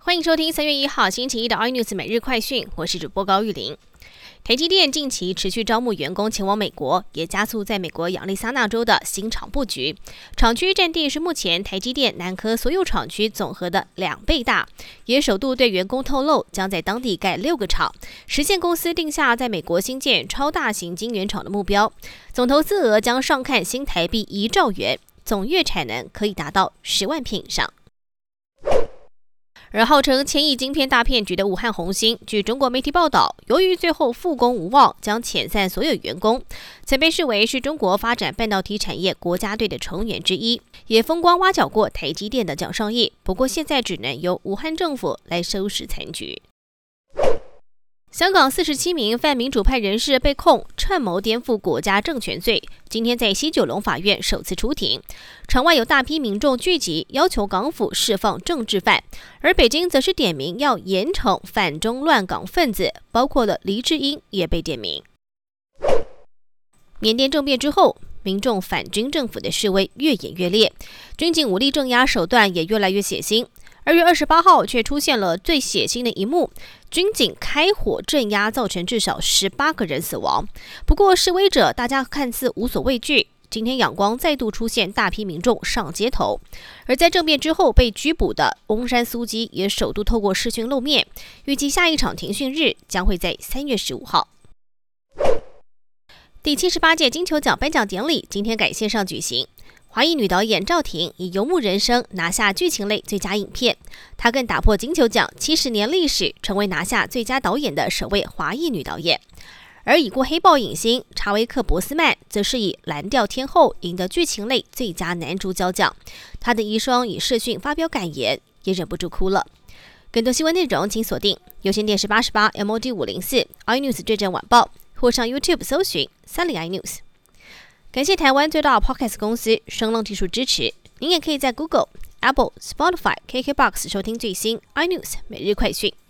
欢迎收听3月1号星期一的 iNews 每日快讯，我是主播高玉玲。台积电近期持续招募员工前往美国，也加速在美国亚利桑那州的新厂布局。厂区占地是目前台积电南科所有厂区总和的2倍大，也首度对员工透露，将在当地盖6个厂，实现公司定下在美国新建超大型晶圆厂的目标。总投资额将上看新台币1兆元，总月产能可以达到10万片以上。而号称千亿晶片大骗局的武汉宏芯，据中国媒体报道，由于最后复工无望，将遣散所有员工，曾被视为是中国发展半导体产业国家队的成员之一，也风光挖角过台积电的蒋尚义。不过现在只能由武汉政府来收拾残局。香港47名泛民主派人士被控串谋颠覆国家政权罪，今天在西九龙法院首次出庭。场外有大批民众聚集，要求港府释放政治犯，而北京则是点名要严惩反中乱港分子，包括了黎智英也被点名。缅甸政变之后，民众反军政府的示威越演越烈，军警武力镇压手段也越来越血腥。2月28号却出现了最血腥的一幕，军警开火镇压，造成至少18个人死亡。不过示威者大家看似无所畏惧，今天仰光再度出现大批民众上街头。而在政变之后被拘捕的翁山苏姬也首度透过视讯露面，预计下一场庭讯日将会在3月15号。第78届金球奖颁奖典礼今天改线上举行。华裔女导演赵婷以《游牧人生》拿下剧情类最佳影片，她更打破金球奖70年历史，成为拿下最佳导演的首位华裔女导演。而已故黑豹影星查维克·博斯曼则是以《蓝调天后》赢得剧情类最佳男主角奖，他的遗孀以视讯发表感言，也忍不住哭了。更多新闻内容请锁定有线电视88 MOD 504 iNews 最正晚报，或上 YouTube 搜寻30 iNews。感谢台湾最大的 Podcast 公司声浪技术支持。您也可以在 Google、Apple、Spotify、KKBOX 收听最新 iNews 每日快讯。